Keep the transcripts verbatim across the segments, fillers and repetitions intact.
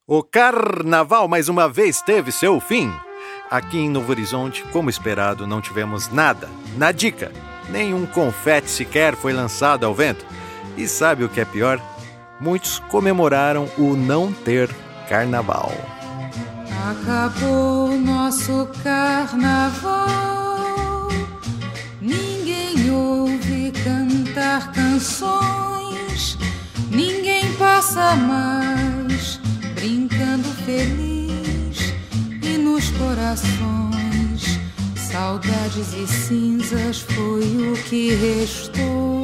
O carnaval mais uma vez teve seu fim. Aqui em Novo Horizonte, como esperado, não tivemos nada, nadica. Nenhum confete sequer foi lançado ao vento. E sabe o que é pior? Muitos comemoraram o não ter carnaval. Acabou nosso carnaval. Ninguém ouve cantar canções. Ninguém passa mais brincando feliz. E nos corações, saudades e cinzas foi o que restou.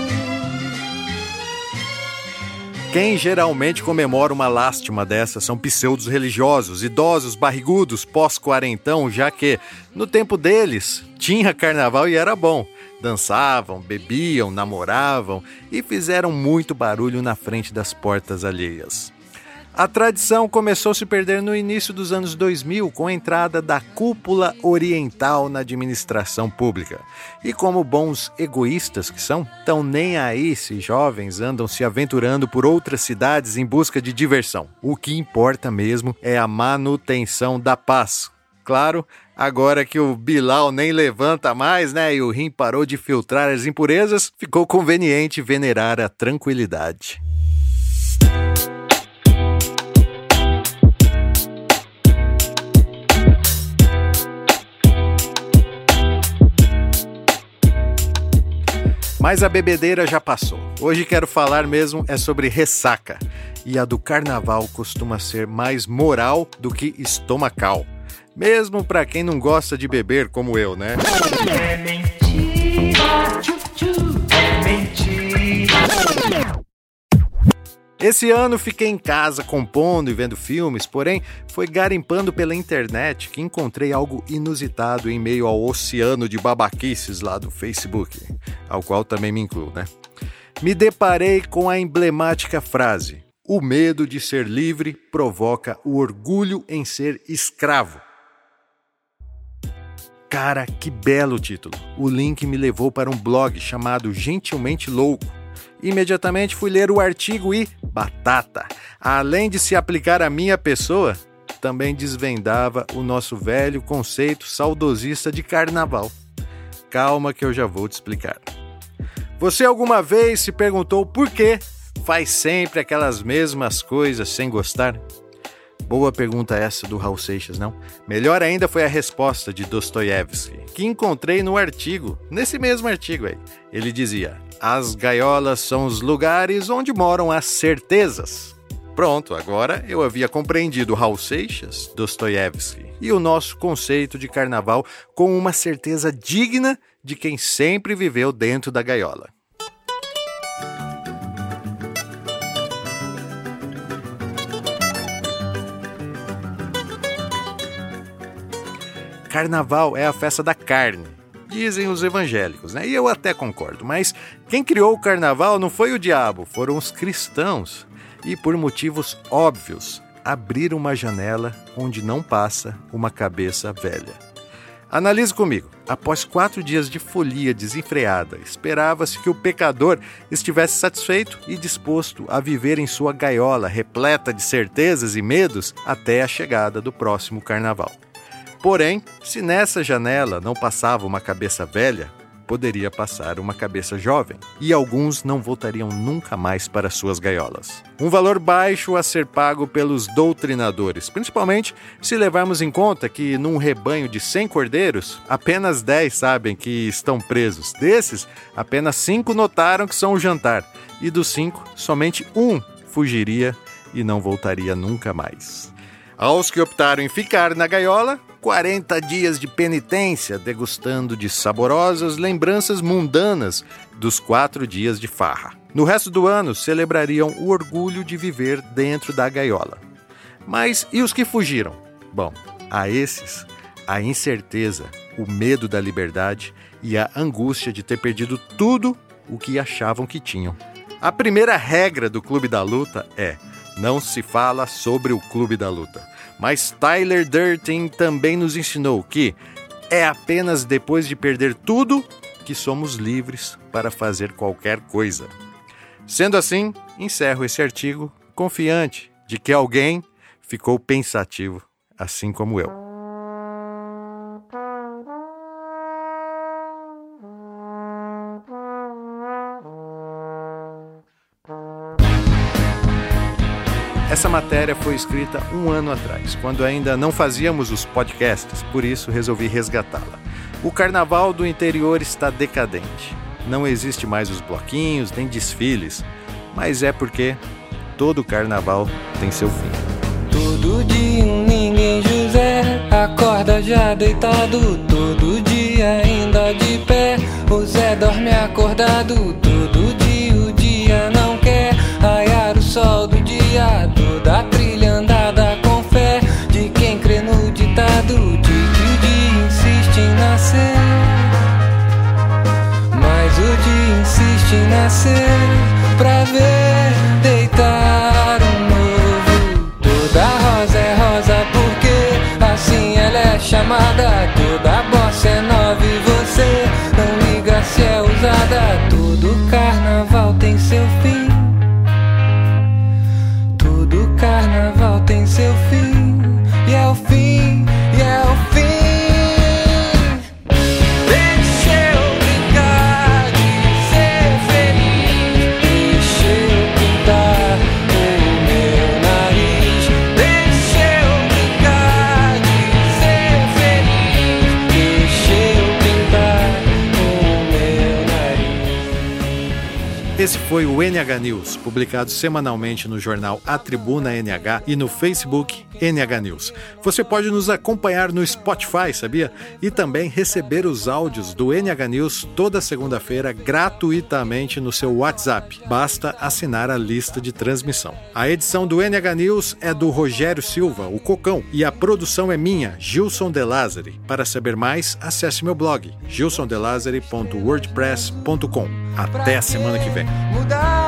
Quem geralmente comemora uma lástima dessa são pseudos religiosos, idosos, barrigudos, pós-quarentão, já que, no tempo deles, tinha carnaval e era bom. Dançavam, bebiam, namoravam e fizeram muito barulho na frente das portas alheias. A tradição começou a se perder no início dos anos dois mil com a entrada da cúpula oriental na administração pública. E como bons egoístas que são, tão nem aí se jovens andam se aventurando por outras cidades em busca de diversão. O que importa mesmo é a manutenção da paz. Claro, agora que o Bilal nem levanta mais, né, e o rim parou de filtrar as impurezas, ficou conveniente venerar a tranquilidade. Mas a bebedeira já passou. Hoje quero falar mesmo é sobre ressaca. E a do carnaval costuma ser mais moral do que estomacal. Mesmo pra quem não gosta de beber como eu, né? É mentira, tchu, tchu, é mentira. Esse ano fiquei em casa compondo e vendo filmes, porém foi garimpando pela internet que encontrei algo inusitado em meio ao oceano de babaquices lá do Facebook, ao qual também me incluo, né? Me deparei com a emblemática frase: o medo de ser livre provoca o orgulho em ser escravo. Cara, que belo título! O link me levou para um blog chamado Gentilmente Louco. Imediatamente fui ler o artigo e, batata, além de se aplicar à minha pessoa, também desvendava o nosso velho conceito saudosista de carnaval. Calma que eu já vou te explicar. Você alguma vez se perguntou por que faz sempre aquelas mesmas coisas sem gostar? Boa pergunta essa do Raul Seixas, não? Melhor ainda foi a resposta de Dostoiévski, que encontrei no artigo, nesse mesmo artigo aí. Ele dizia: as gaiolas são os lugares onde moram as certezas. Pronto, agora eu havia compreendido Raul Seixas, Dostoiévski e o nosso conceito de carnaval com uma certeza digna de quem sempre viveu dentro da gaiola. Carnaval é a festa da carne, dizem os evangélicos, né? E eu até concordo, mas quem criou o carnaval não foi o diabo, foram os cristãos. E por motivos óbvios, abriram uma janela onde não passa uma cabeça velha. Analise comigo. Após quatro dias de folia desenfreada, esperava-se que o pecador estivesse satisfeito e disposto a viver em sua gaiola repleta de certezas e medos até a chegada do próximo carnaval. Porém, se nessa janela não passava uma cabeça velha, poderia passar uma cabeça jovem, e alguns não voltariam nunca mais para suas gaiolas. Um valor baixo a ser pago pelos doutrinadores, principalmente se levarmos em conta que num rebanho de cem cordeiros, apenas dez sabem que estão presos. Desses, apenas cinco notaram que são o jantar, e dos cinco, somente um fugiria e não voltaria nunca mais. Aos que optaram em ficar na gaiola, quarenta dias de penitência, degustando de saborosas lembranças mundanas dos quatro dias de farra. No resto do ano, celebrariam o orgulho de viver dentro da gaiola. Mas e os que fugiram? Bom, a esses, a incerteza, o medo da liberdade e a angústia de ter perdido tudo o que achavam que tinham. A primeira regra do Clube da Luta é: não se fala sobre o Clube da Luta. Mas Tyler Durden também nos ensinou que é apenas depois de perder tudo que somos livres para fazer qualquer coisa. Sendo assim, encerro esse artigo confiante de que alguém ficou pensativo, assim como eu. Essa matéria foi escrita um ano atrás, quando ainda não fazíamos os podcasts, por isso resolvi resgatá-la. O carnaval do interior está decadente. Não existe mais os bloquinhos, nem desfiles, mas é porque todo carnaval tem seu fim. Todo dia um ninguém José acorda já deitado, todo dia ainda de pé, o Zé dorme acordado, todo dia o dia não quer raiar o sol do dia, toda a trilha andada com fé de quem crê no ditado de que o dia insiste em nascer, mas o dia insiste em nascer pra ver deitar um novo. Toda rosa é rosa porque assim ela é chamada, toda bossa é nova e você não liga se é usada. Todo carnaval tem seu fim, todo carnaval tem seu fim, e é o fim, e é o fim. Deixa eu brincar de ser feliz, deixa eu pintar o meu nariz, deixa eu brincar de ser feliz, deixa eu pintar o meu nariz. Esse foi o N H News, publicado semanalmente no jornal A Tribuna N H e no Facebook N H News. Você pode nos acompanhar no Spotify, sabia? E também receber os áudios do N H News toda segunda-feira gratuitamente no seu WhatsApp. Basta assinar a lista de transmissão. A edição do N H News é do Rogério Silva, o Cocão, e a produção é minha, Gilson De Lázari. Para saber mais, acesse meu blog, gilson de lazari ponto wordpress ponto com. Até a semana que vem. Mudar